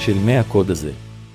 של 100 הקוד הזה.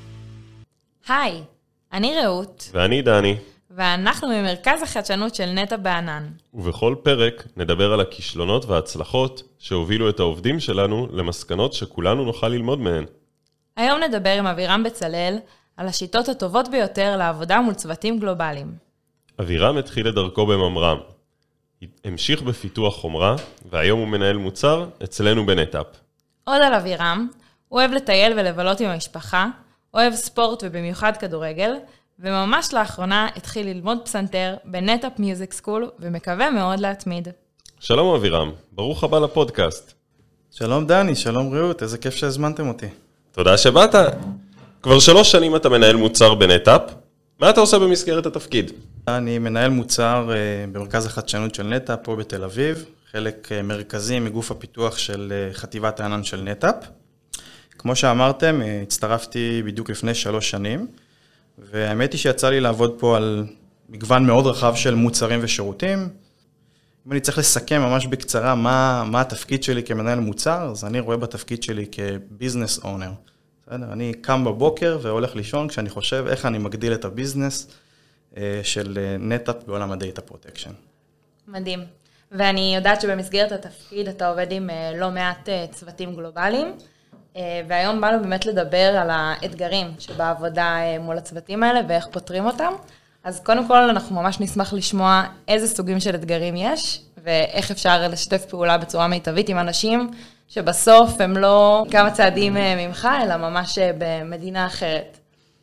היי, אני רעות. ואני דני. ואנחנו ממרכז החדשנות של נטאפ בענן. ובכל פרק נדבר על הכישלונות וההצלחות שהובילו את העובדים שלנו למסקנות שכולנו נוכל ללמוד מהן. היום נדבר עם אבירם בצלאל על השיטות הטובות ביותר לעבודה מול צוותים גלובליים. אבירם התחיל את דרכו בממר"ם. המשיך בפיתוח חומרה, והיום הוא מנהל מוצר אצלנו בנטאפ. עוד על אבירם, הוא אוהב לטייל ולבלות עם המשפחה, אוהב ספורט ובמיוחד כדורגל, וממש לאחרונה התחיל ללמוד פסנתר בנטאפ מיוזיק סקול, ומקווה מאוד להתמיד. שלום אבירם, ברוך הבא לפודקאסט. שלום דני, שלום רעות, איזה כיף שהזמנתם אותי. תודה שבאת. כבר 3 שנים אתה מנהל מוצר בנטאפ. מה אתה עושה במסגרת התפקיד? אני מנהל מוצר במרכז החדשנות של נטאפ פה בתל אביב, חלק מרכזי מגוף הפיתוח של חטיבת הענן של נטאפ. כמו שאמרתם, הצטרפתי בדיוק לפני 3 שנים, והאמת היא שיצא לי לעבוד פה על מגוון מאוד רחב של מוצרים ושירותים. אם אני צריך לסכם ממש בקצרה מה התפקיד שלי כמנהל מוצר, אז אני רואה בתפקיד שלי כביזנס אונר. אני קם בבוקר והולך לישון כשאני חושב איך אני מגדיל את הביזנס של נטאפ בעולם הדאטה פרוטקשן. מדהים. ואני יודעת שבמסגרת התפקיד אתה עובד עם לא מעט צוותים גלובליים, והיום באנו באמת לדבר על האתגרים שבעבודה מול הצוותים האלה ואיך פותרים אותם. אז קודם כל אנחנו ממש נשמח לשמוע איזה סוגים של אתגרים יש, ואיך אפשר לשתף פעולה בצורה מיטבית עם אנשים שבסוף הם לא כמה צעדים ממך, אלא ממש במדינה אחרת.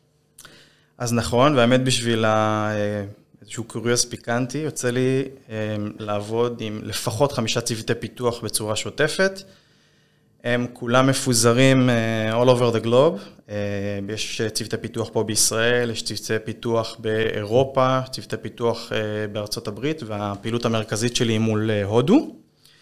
אז נכון, והאמת בשביל איזשהו קוריוז פיקנטי, יוצא לי לעבוד עם לפחות 5 צוותי פיתוח בצורה שוטפת. הם כולם מפוזרים all over the globe. יש צוותי פיתוח פה בישראל, יש צוותי פיתוח באירופה, צוותי פיתוח בארצות הברית, והפעילות המרכזית שלי היא מול הודו.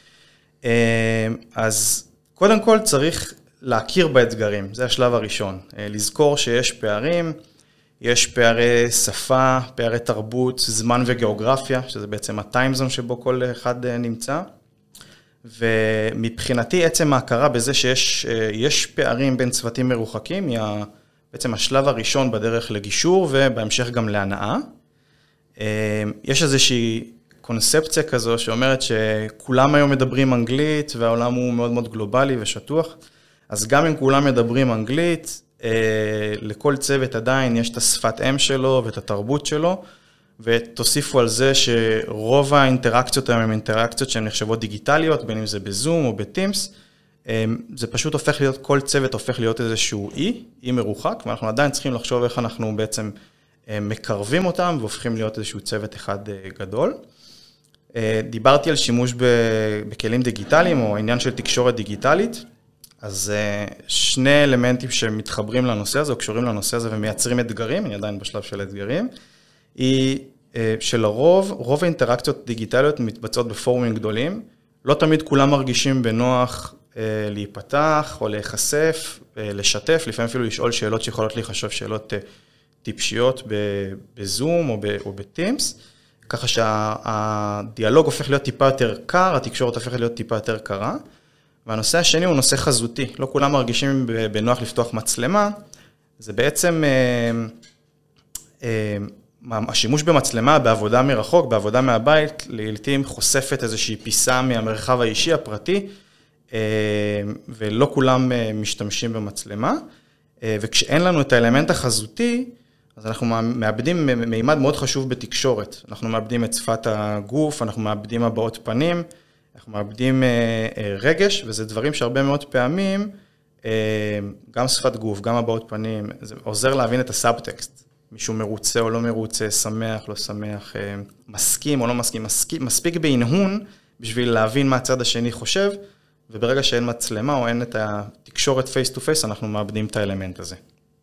אז קודם כל צריך להכיר באתגרים, זה השלב הראשון. לזכור שיש פערים, יש פערי שפה, פערי תרבות, זמן וגיאוגרפיה, שזה בעצם הטיימזון שבו כל אחד נמצא. ומבחינתי עצם ההכרה בזה שיש פערים בין צוותים מרוחקים, היא בעצם השלב הראשון בדרך לגישור ובהמשך גם להנאה. יש איזושהי קונספציה כזו שאומרת שכולם היום מדברים אנגלית והעולם הוא מאוד מאוד גלובלי ושטוח, אז גם אם כולם מדברים אנגלית, לכל צוות עדיין יש את השפת אם שלו ואת התרבות שלו, ותוסיפו על זה שרוב האינטראקציות היום הן אינטראקציות שהן נחשבות דיגיטליות, בין אם זה בזום או בטימס, זה פשוט הופך להיות, כל צוות הופך להיות איזשהו אי מרוחק, ואנחנו עדיין צריכים לחשוב איך אנחנו בעצם מקרבים אותם והופכים להיות איזשהו צוות אחד גדול. דיברתי על שימוש בכלים דיגיטליים או עניין של תקשורת דיגיטלית, אז 2 אלמנטים שמתחברים לנושא הזה או קשורים לנושא הזה ומייצרים אתגרים, אני עדיין בשלב של אתגרים, היא שלרוב, רוב האינטראקציות דיגיטליות מתבצעות בפורומים גדולים, לא תמיד כולם מרגישים בנוח להיפתח או להיחשף, לשתף, לפעמים אפילו לשאול שאלות שיכולות להיחשב שאלות טיפשיות בזום או בטימס, ככה שהדיאלוג הופך להיות טיפה יותר קר, התקשורת הופכת להיות טיפה יותר קרה, והנושא השני הוא נושא חזותי, לא כולם מרגישים בנוח לפתוח מצלמה, זה בעצם השימוש במצלמה בעבודה מרחוק, בעבודה מהבית, לעתים חושפת איזושהי פיסה מהמרחב האישי הפרטי, ולא כולם משתמשים במצלמה, וכשאין לנו את האלמנט החזותי, אז אנחנו מאבדים מימד מאוד חשוב בתקשורת. אנחנו מאבדים את שפת הגוף, אנחנו מאבדים הבעות פנים, אנחנו מאבדים רגש, וזה דברים שהרבה מאוד פעמים, גם שפת גוף, גם הבעות פנים, זה עוזר להבין את הסאבטקסט. מישהו מרוצה או לא מרוצה, שמח, לא שמח, מסכים או לא מסכים, מספיק בהנהון בשביל להבין מה הצד השני חושב, וברגע שאין מצלמה או אין את התקשורת פייס טו פייס, אנחנו מאבדים את האלמנט הזה.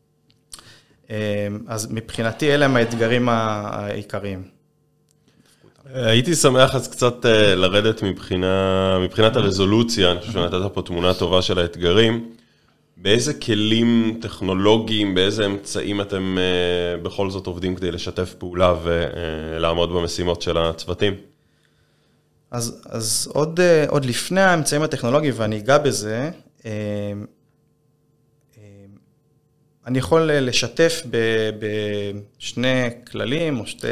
אז מבחינתי אלה הם האתגרים העיקריים. הייתי שמח אז קצת לרדת מבחינת הרזולוציה, אני חושב שנתת פה תמונה טובה של האתגרים. באיזה כלים טכנולוגיים, באיזה אמצעים אתם בכל זאת עובדים כדי לשתף פעולה ולעמוד במשימות של הצוותים? אז עוד לפני האמצעים הטכנולוגיים, ואני אגע בזה, אני יכול לשתף בשני כללים או שתי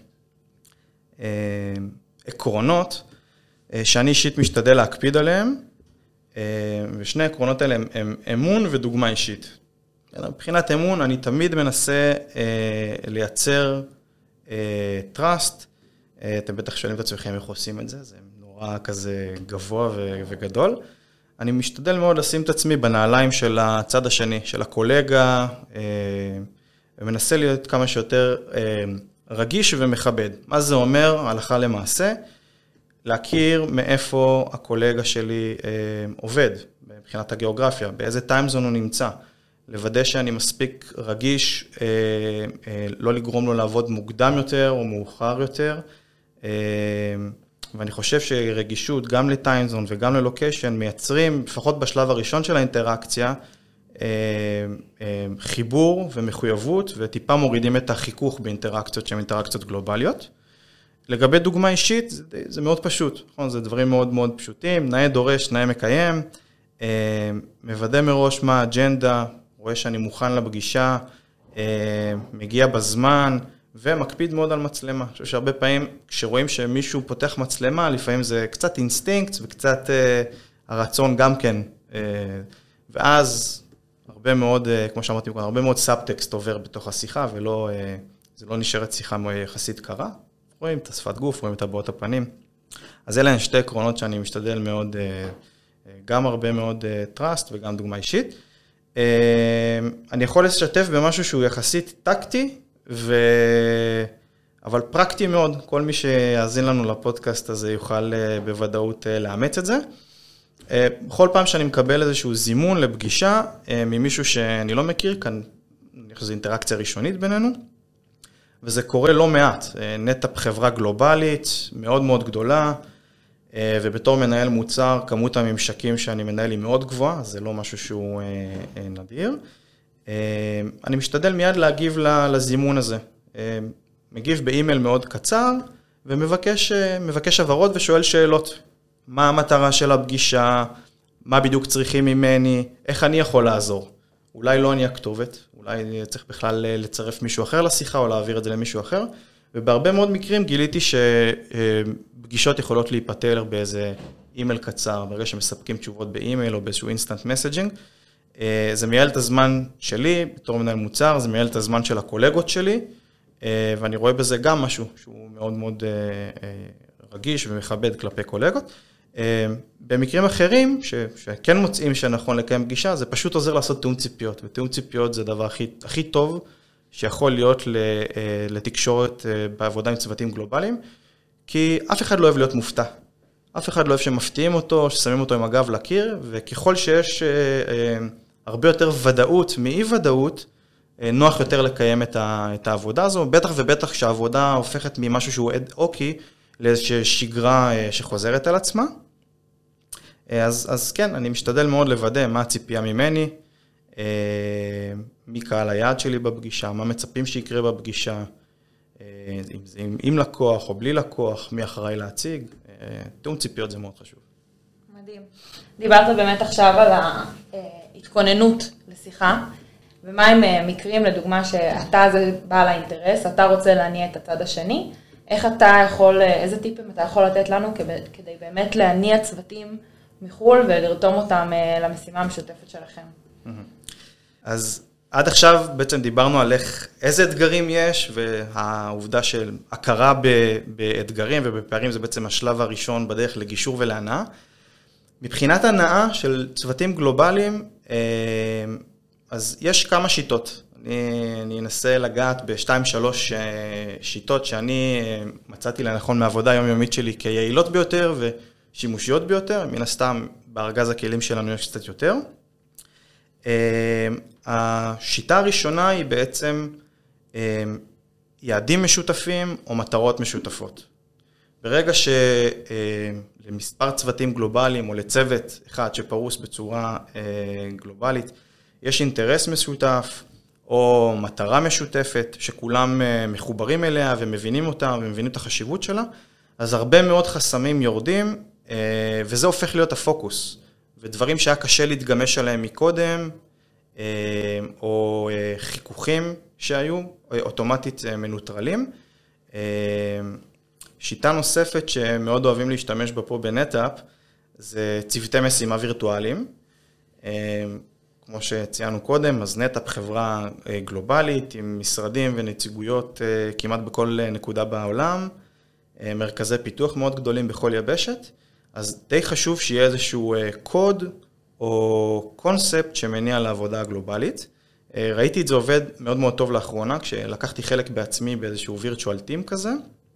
עקרונות שאני אישית משתדל להקפיד עליהם, ושני העקרונות האלה הם אמון ודוגמה אישית. מבחינת אמון אני תמיד מנסה לייצר trust, אתם בטח שואלים את עצמכם איך עושים את זה, זה נורא כזה גבוה וגדול. אני משתדל מאוד לשים את עצמי בנעליים של הצד השני, של הקולגה, ומנסה להיות כמה שיותר רגיש ומכבד. מה זה אומר, הלכה למעשה? להכיר מאיפה הקולגה שלי עובד, מבחינת הגיאוגרפיה, באיזה טיימזון הוא נמצא, לוודא שאני מספיק רגיש, לא לגרום לו לעבוד מוקדם יותר או מאוחר יותר, ואני חושב שרגישות גם לטיימזון וגם ללוקיישן מייצרים, לפחות בשלב הראשון של האינטראקציה, חיבור ומחויבות, וטיפה מורידים את החיכוך באינטראקציות שהן אינטראקציות גלובליות. לגבי דוגמה אישית, זה מאוד פשוט, נכון? זה דברים מאוד מאוד פשוטים, נאה דורש, נאה מקיים, מוודא מראש מה האג'נדה, רואה שאני מוכן לפגישה, מגיע בזמן, ומקפיד מאוד על מצלמה. אני חושב שהרבה פעמים, כשרואים שמישהו פותח מצלמה, לפעמים זה קצת אינסטינקט, וקצת הרצון גם כן, ואז הרבה מאוד, כמו שאמרתי, הרבה מאוד סאבטקסט עובר בתוך השיחה, זה לא נשארת שיחה יחסית קרה. רואים את השפת גוף, רואים את הבעות הפנים. אז אלה הן שתי עקרונות שאני משתדל מאוד, גם הרבה מאוד trust וגם דוגמה אישית. אני יכול לשתף במשהו שהוא יחסית טקטי, אבל פרקטי מאוד. כל מי שיאזין לנו לפודקאסט הזה יוכל בוודאות לאמץ את זה. בכל פעם שאני מקבל איזשהו זימון לפגישה ממישהו שאני לא מכיר, כאן זו אינטראקציה ראשונית בינינו, וזה קורה לא מעט. נטאפ חברה גלובלית, מאוד מאוד גדולה, ובתור מנהל מוצר, כמות הממשקים שאני מנהל היא מאוד גבוהה, זה לא משהו שהוא נדיר. אני משתדל מיד להגיב לזימון הזה. מגיב באימייל מאוד קצר, ומבקש הבהרות ושואל שאלות. מה המטרה של הפגישה, מה בדיוק צריכים ממני, איך אני יכול לעזור. אולי לא אני הכתובת, אולי צריך בכלל לצרף מישהו אחר לשיחה, או להעביר את זה למישהו אחר. ובהרבה מאוד מקרים גיליתי שפגישות יכולות להיפתר באיזה אימייל קצר, ברגע שמספקים תשובות באימייל או באיזשהו אינסטנט מסג'ינג. זה מייעל את הזמן שלי, בתור מנהל מוצר, זה מייעל את הזמן של הקולגות שלי, ואני רואה בזה גם משהו שהוא מאוד מאוד רגיש ומכבד כלפי קולגות. במקרים אחרים, שכן מוצאים שנכון לקיים פגישה, זה פשוט עוזר לעשות תיאום ציפיות, ותיאום ציפיות זה הדבר הכי טוב שיכול להיות לתקשורת בעבודה עם צוותים גלובליים, כי אף אחד לא אוהב להיות מופתע. אף אחד לא אוהב שמפתיעים אותו, ששמים אותו עם הגב לקיר, וככל שיש הרבה יותר ודאות מאי ודאות, נוח יותר לקיים את העבודה הזו, בטח ובטח שהעבודה הופכת ממשהו שהוא אוקי, לאיזושהי שגרה שחוזרת על עצמה. אז כן, אני משתדל מאוד לוודא מה הציפייה ממני, מי קהל היעד שלי בפגישה, מה מצפים שיקרה בפגישה, אם זה עם לקוח או בלי לקוח, מי אחראי להציג, תיאום ציפיות זה מאוד חשוב. מדהים. דיברת באמת עכשיו על ההתכוננות לשיחה, ומה עם מקרים, לדוגמה, שאתה זה בעל האינטרס, אתה רוצה להניע את הצד השני, איך אתה יכול, איזה טיפים אתה יכול לתת לנו כדי באמת להניע צוותים מחול ולרתום אותם למשימה המשותפת שלכם? אז עד עכשיו בעצם דיברנו על איזה אתגרים יש, והעובדה של הכרה באתגרים ובפערים זה בעצם השלב הראשון בדרך לגישור ולהנאה. מבחינת הנאה של צוותים גלובליים, אז יש כמה שיטות. אני אנסה לגעת ב2-3 שיטות שאני מצאתי לנכון מהעבודה היומיומית שלי כיעילות ביותר ושימושיות ביותר. מן הסתם בארגז הכלים שלנו יש קצת יותר. השיטה הראשונה היא בעצם יעדים משותפים או מטרות משותפות. ברגע שלמספר צוותים גלובליים או לצוות אחד שפרוס בצורה גלובלית, יש אינטרס משותף או מטרה משותפת שכולם מחוברים אליה ומבינים אותה ומבינים את החשיבות שלה, אז הרבה מאוד חסמים יורדים וזה הופך להיות הפוקוס. ודברים שהיה קשה להתגמש עליהם מקודם, או חיכוכים שהיו, אוטומטית מנוטרלים. שיטה נוספת שמאוד אוהבים להשתמש בה פה בנטאפ, זה צוותי משימה וירטואליים. כמו שציינו קודם, אז נטאפ חברה גלובלית עם משרדים ונציגויות כמעט בכל נקודה בעולם, מרכזי פיתוח מאוד גדולים בכל יבשת, אז די חשוב שיהיה איזשהו קוד או קונספט שמניע לעבודה הגלובלית. ראיתי את זה עובד מאוד מאוד טוב לאחרונה, כשלקחתי חלק בעצמי באיזשהו virtual team כזה.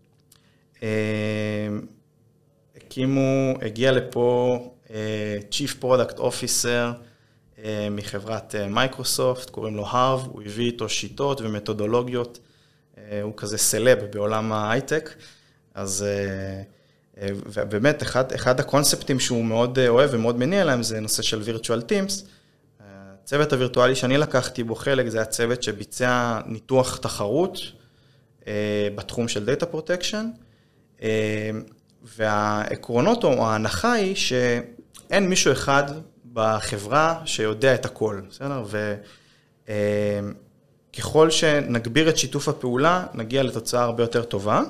הגיע לפה Chief Product Officer מחברת מייקרוסופט, קוראים לו הרב, הוא הביא איתו שיטות ומתודולוגיות, הוא כזה סלב בעולם ההייטק, אז באמת אחד הקונספטים שהוא מאוד אוהב ומאוד מניע להם זה נושא של virtual teams. הצוות הווירטואלי שאני לקחתי בו חלק זה הצוות שביצע ניתוח תחרות בתחום של Data Protection, והעקרונות או ההנחה היא שאין מישהו אחד בחברה שיודע את הכל, בסדר? וככל שנגביר את שיתוף הפעולה, נגיע לתוצאה הרבה יותר טובה,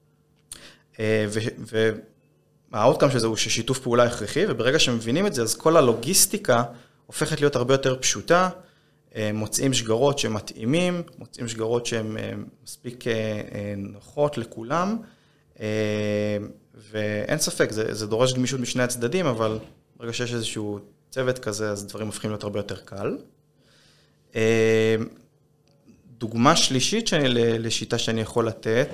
והאוטקאם של זה הוא ששיתוף פעולה הכרחי, וברגע שמבינים את זה, אז כל הלוגיסטיקה הופכת להיות הרבה יותר פשוטה, מוצאים שגרות שמתאימים, מוצאים שגרות שהן מספיק נוחות לכולם, ואין ספק, זה דורש גמישות משני הצדדים, אבל ברגע שיש איזשהו צוות כזה, אז דברים הופכים להיות הרבה יותר קל. דוגמה שלישית לשיטה שאני יכול לתת,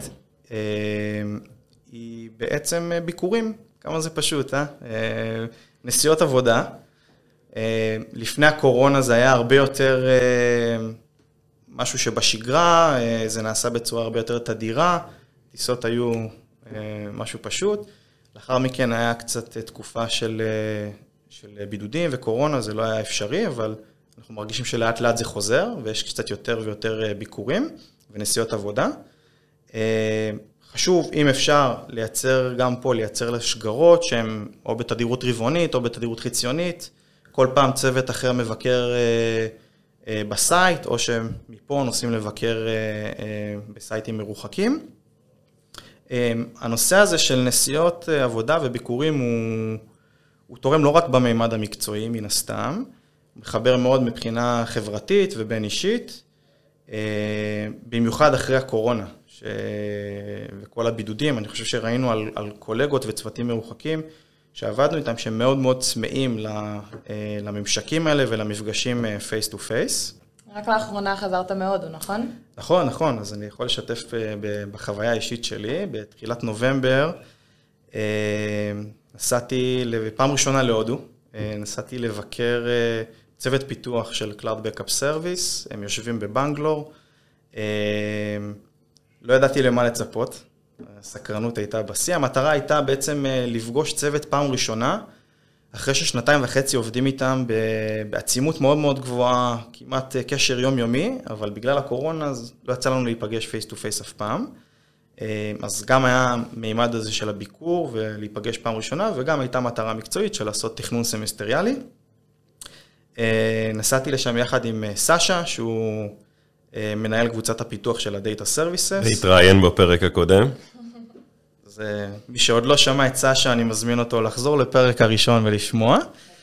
היא בעצם ביקורים, כמה זה פשוט, נסיעות עבודה. לפני הקורונה זה היה הרבה יותר משהו שבשגרה, זה נעשה בצורה הרבה יותר תדירה, טיסות היו משהו פשוט. לאחר מכן היה קצת תקופה של בידודים וקורונה, זה לא היה אפשרי, אבל אנחנו מרגישים שלאט לאט זה חוזר, ויש קצת יותר ויותר ביקורים ונסיעות עבודה. חשוב, אם אפשר, לייצר גם פה, לייצר לשגרות שהן או בתדירות רבעונית או בתדירות חציונית, כל פעם צוות אחר מבקר בסייט, או שמפה נוסעים לבקר בסייטים מרוחקים. הנושא הזה של נסיעות עבודה וביקורים הוא תורם לא רק במימד המקצועי מן הסתם, מחבר מאוד מבחינה חברתית ובין אישית, במיוחד אחרי הקורונה וכל הבידודים. אני חושב שראינו על קולגות וצוותים מרוחקים שעבדנו איתם שהם מאוד מאוד צמאים לממשקים האלה ולמפגשים face to face. רק לאחרונה חזרת מהודו, נכון? נכון, נכון. אז אני יכול לשתף בחוויה האישית שלי. בתחילת נובמבר נסעתי פעם ראשונה להודו, נסעתי לבקר צוות פיתוח של Cloud Backup Service, הם יושבים בבנגלור. לא ידעתי למה לצפות, הסקרנות הייתה בשיא. המטרה הייתה בעצם לפגוש צוות פעם ראשונה, אחרי ששנתיים וחצי עובדים איתם בעצימות מאוד מאוד גבוהה, כמעט קשר יומיומי, אבל בגלל הקורונה אז לא יצא לנו להיפגש face to face אף פעם. אז גם היה מימד הזה של הביקור ולהיפגש פעם ראשונה, וגם הייתה מטרה מקצועית של לעשות תכנון סמסטריאלי. נסעתי לשם יחד עם סשה, שהוא מנהל קבוצת הפיתוח של ה-Data Services. והתראיין בפרק הקודם. אז מי שעוד לא שמע את סשה, אני מזמין אותו לחזור לפרק הראשון ולשמוע.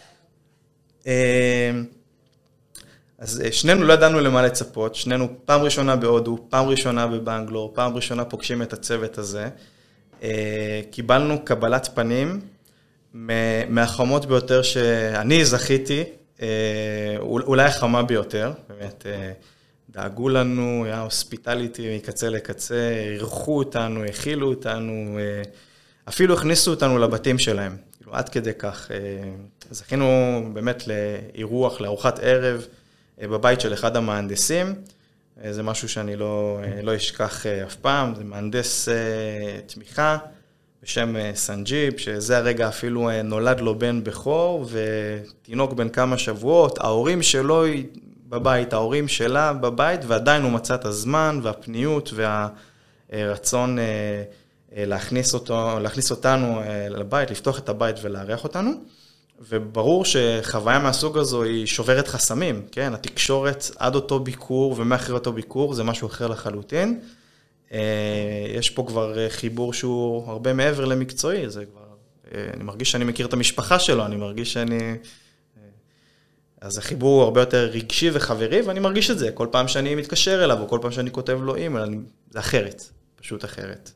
אז שנינו לא ידענו למה לצפות, שנינו פעם ראשונה בהודו, פעם ראשונה בבנגלור, פעם ראשונה פוגשים את הצוות הזה. קיבלנו קבלת פנים מהחמות ביותר שאני זכיתי, אולי החמה ביותר, באמת דאגו לנו, היה הוספיטליטי מקצה לקצה, ערכו אותנו, הכילו אותנו, אפילו הכניסו אותנו לבתים שלהם, עד כדי כך. זכינו באמת לאירוח, לארוחת ערב, בבית של אחד המהנדסים, זה משהו שאני לא אשכח אף פעם, זה מהנדס תמיכה בשם סנג'יב, שזה הרגע אפילו נולד לו בן בכור, ותינוק בן כמה שבועות, ההורים שלו בבית, ההורים שלה בבית, ועדיין הוא מצא את הזמן והפניות והרצון להכניס אותנו לבית, לפתוח את הבית ולארח אותנו. וברור שחוויה מהסוג הזו היא שוברת חסמים, כן? התקשורת עד אותו ביקור ומאחרי אותו ביקור זה משהו אחר לחלוטין. יש פה כבר חיבור שהוא הרבה מעבר למקצועי, זה כבר, אני מרגיש שאני מכיר את המשפחה שלו, אני מרגיש שאני... אז החיבור הוא הרבה יותר רגשי וחברי, ואני מרגיש את זה כל פעם שאני מתקשר אליו, או כל פעם שאני כותב לו אימייל, זה אחרת, פשוט אחרת.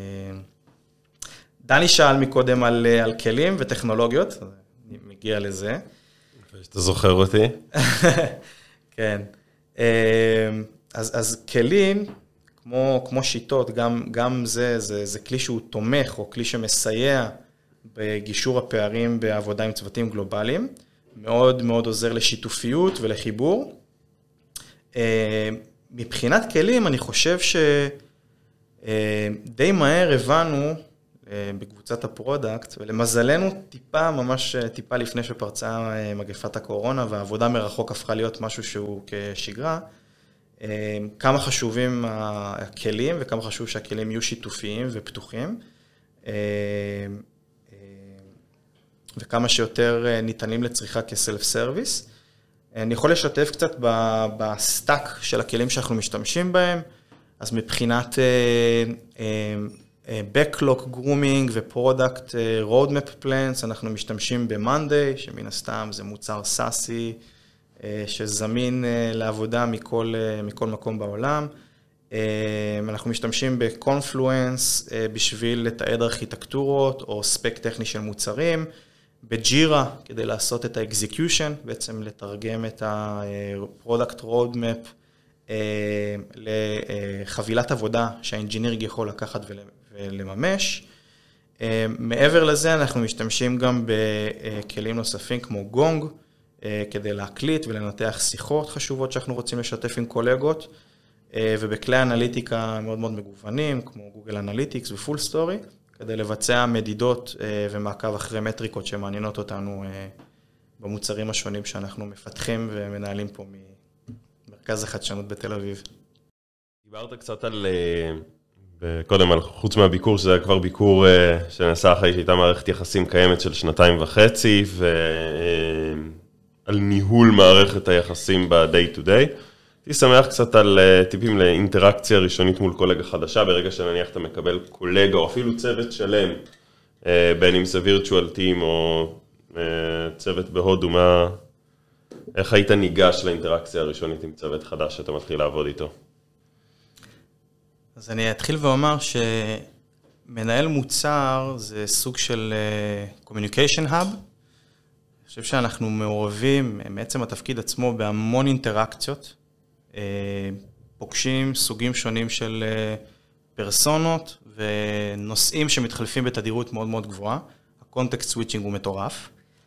דני שאל מקודם על כלים וטכנולוגיות, אני מגיע לזה. אתה זוכר אותי? כן. אז כלים, כמו שיטות, גם זה כלי שהוא תומך, או כלי שמסייע בגישור הפערים בעבודה עם צוותים גלובליים, מאוד מאוד עוזר לשיתופיות ולחיבור. מבחינת כלים, אני חושב שדי מהר הבנו בקבוצת הפרודקט, ולמזלנו ממש טיפה לפני שפרצה מגפת הקורונה, והעבודה מרחוק הפכה להיות משהו שהוא כשגרה, כמה חשובים הכלים, וכמה חשוב שהכלים יהיו שיתופיים ופתוחים, וכמה שיותר ניתנים לצריכה כסלף סרוויס. אני יכול לשתף קצת בסטאק של הכלים שאנחנו משתמשים בהם, אז מבחינת Backlog Grooming ו-Product Roadmap Plans, אנחנו משתמשים ב-Monday, שמן הסתם זה מוצר סאסי, שזמין לעבודה מכל מקום בעולם. אנחנו משתמשים ב-Confluence בשביל לתעד ארכיטקטורות או ספק טכני של מוצרים, בג'ירה כדי לעשות את ה-Execution, בעצם לתרגם את ה-Product Roadmap לחבילת עבודה שהאינג'ינירינג יכול לקחת ולממש. מעבר לזה אנחנו משתמשים גם בכלים נוספים כמו גונג, כדי להקליט ולנתח שיחות חשובות שאנחנו רוצים לשתף עם קולגות, ובכלי אנליטיקה מאוד מאוד מגוונים, כמו גוגל אנליטיקס ופול סטורי, כדי לבצע מדידות ומעקב אחרי מטריקות שמעניינות אותנו במוצרים השונים שאנחנו מפתחים ומנהלים פה ממרכז החדשנות בתל אביב. דיברת קצת קודם, חוץ מהביקור, שזה היה כבר ביקור שנעשה אחרי שהייתה מערכת יחסים קיימת של 2.5, ועל ניהול מערכת היחסים ב-day to day. הייתי שמח קצת על טיפים לאינטראקציה ראשונית מול קולגה חדשה, ברגע שנניח אתה מקבל קולגה או אפילו צוות שלם, בין אם זה virtual team או צוות בהודו, איך היית ניגש לאינטראקציה הראשונית עם צוות חדש שאתה מתחיל לעבוד איתו? אז אני אתחיל ואומר שמנהל מוצר זה סוג של communication hub. אני חושב שאנחנו מעורבים מעצם התפקיד עצמו בהמון אינטראקציות, פוגשים סוגים שונים של פרסונות ונושאים שמתחלפים בתדירות מאוד מאוד גבוהה. הקונטקסט סוויצ'ינג הוא מטורף.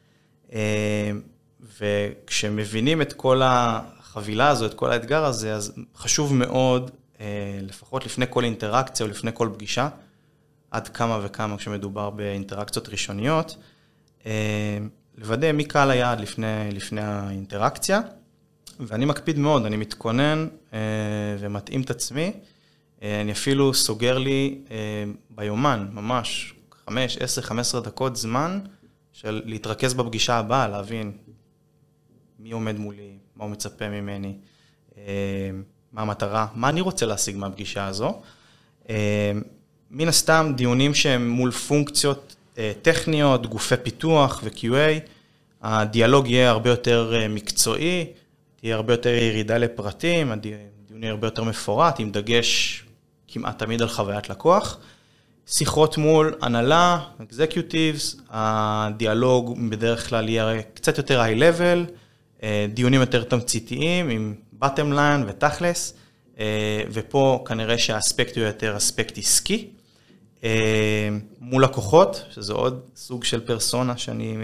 וכשמבינים את כל החבילה הזו, את כל האתגר הזה, אז חשוב מאוד, לפחות לפני כל אינטראקציה או לפני כל פגישה, עד כמה וכמה כשמדובר באינטראקציות ראשוניות, לוודא מי קהל היעד לפני האינטראקציה, ואני מקפיד מאוד, אני מתכונן ומתאים את עצמי, אני אפילו סוגר לי ביומן, ממש 5, 10, 15 דקות זמן, של להתרכז בפגישה הבאה, להבין מי עומד מולי, מה הוא מצפה ממני, מה המטרה, מה אני רוצה להשיג מהפגישה הזו. מן הסתם דיונים שהם מול פונקציות טכניות, גופי פיתוח ו-QA, הדיאלוג יהיה הרבה יותר מקצועי, תהיה הרבה יותר ירידה לפרטים, הדיון יהיה הרבה יותר מפורט, עם דגש כמעט תמיד על חוויית לקוח. שיחות מול הנהלה, executives, הדיאלוג בדרך כלל יהיה קצת יותר high level, דיונים יותר תמציתיים עם bottom line ותכלס, ופה כנראה שהאספקט הוא יותר אספקט עסקי. מול לקוחות, שזה עוד סוג של פרסונה שאני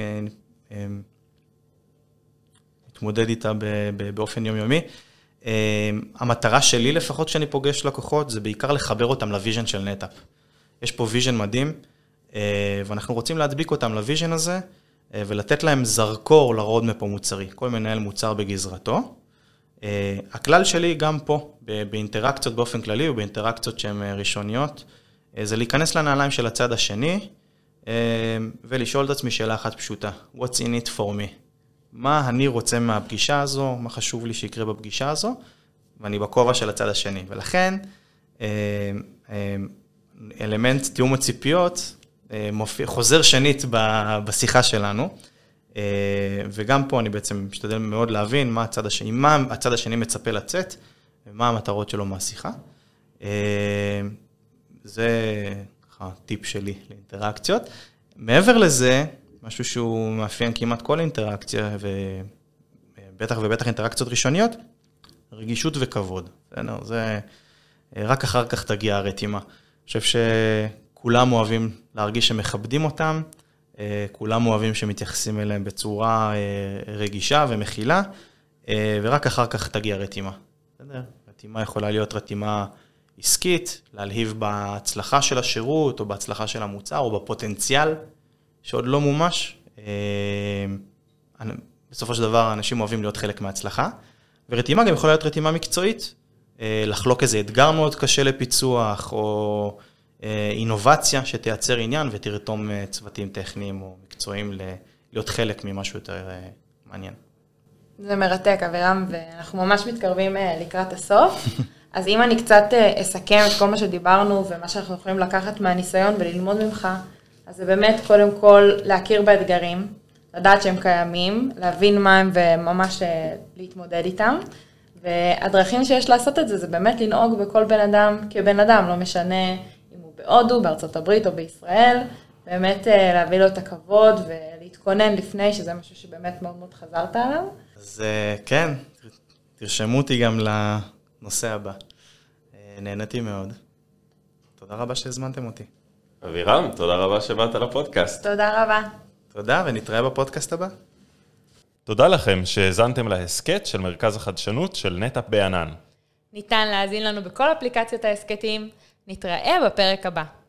מתמודד איתה באופן יומיומי. המטרה שלי לפחות כשאני פוגש לקוחות, זה בעיקר לחבר אותם לוויז'ן של נטאפ. יש פה ויז'ן מדהים, ואנחנו רוצים להדביק אותם לוויז'ן הזה, ולתת להם זרקור לרודמפ המוצרי, כל מנהל מוצר בגזרתו. הכלל שלי גם פה, באינטראקציות באופן כללי, ובאינטראקציות שהן ראשוניות, זה להיכנס לנעליים של הצד השני, ולשאול את עצמי שאלה אחת פשוטה, what's in it for me? מה אני רוצה מהפגישה הזו, מה חשוב לי שיקרה בפגישה הזו, ואני בכובע של הצד השני. ולכן, אלמנט תיאום הציפיות חוזר שנית בשיחה שלנו, וגם פה אני בעצם משתדל מאוד להבין מה הצד השני מצפה לצאת, ומה המטרות שלו מהשיחה. זה טיפ שלי לאינטראקציות. מעבר לזה, משהו שהוא מאפיין כמעט כל אינטראקציה, ובטח אינטראקציות ראשוניות, רגישות וכבוד. זה רק אחר כך תגיע הרתימה. אני חושב שכולם אוהבים להרגיש שמכבדים אותם, כולם אוהבים שמתייחסים אליהם בצורה רגישה ומכילה, ורק אחר כך תגיע רתימה. רתימה יכולה להיות רתימה עסקית, להלהיב בהצלחה של השירות, או בהצלחה של המוצר, או בפוטנציאל שעוד לא מומש. בסופו של דבר, אנשים אוהבים להיות חלק מההצלחה, ורתימה גם יכולה להיות רתימה מקצועית, לחלוק איזה אתגר מאוד קשה לפיצוח, או אינובציה שתייצר עניין, ותרתום צוותים טכניים או מקצועיים להיות חלק ממשהו יותר מעניין. זה מרתק, אבירם, ואנחנו ממש מתקרבים לקראת הסוף. אז אם אני קצת אסכם את כל מה שדיברנו, ומה שאנחנו יכולים לקחת מהניסיון וללמוד ממך, אז זה באמת קודם כל להכיר באתגרים, לדעת שהם קיימים, להבין מה הם וממש להתמודד איתם. והדרכים שיש לעשות את זה, זה באמת לנהוג בכל בן אדם כבן אדם, לא משנה אם הוא בהודו, בארצות הברית או בישראל, באמת להביא לו את הכבוד ולהתכונן לפני, שזה משהו שבאמת מאוד מאוד חזרת עליו. אז כן, תרשמו אותי גם לנושא הבא. נהניתי מאוד. תודה רבה שהזמנתם אותי. אבירם, תודה רבה שבאת לפודקאסט. תודה רבה. תודה, ונתראה בפודקאסט הבא. תודה לכם שהזנתם להסקט של מרכז החדשנות של נטאפ בענן. ניתן להאזין לנו בכל אפליקציות ההסקטים. נתראה בפרק הבא.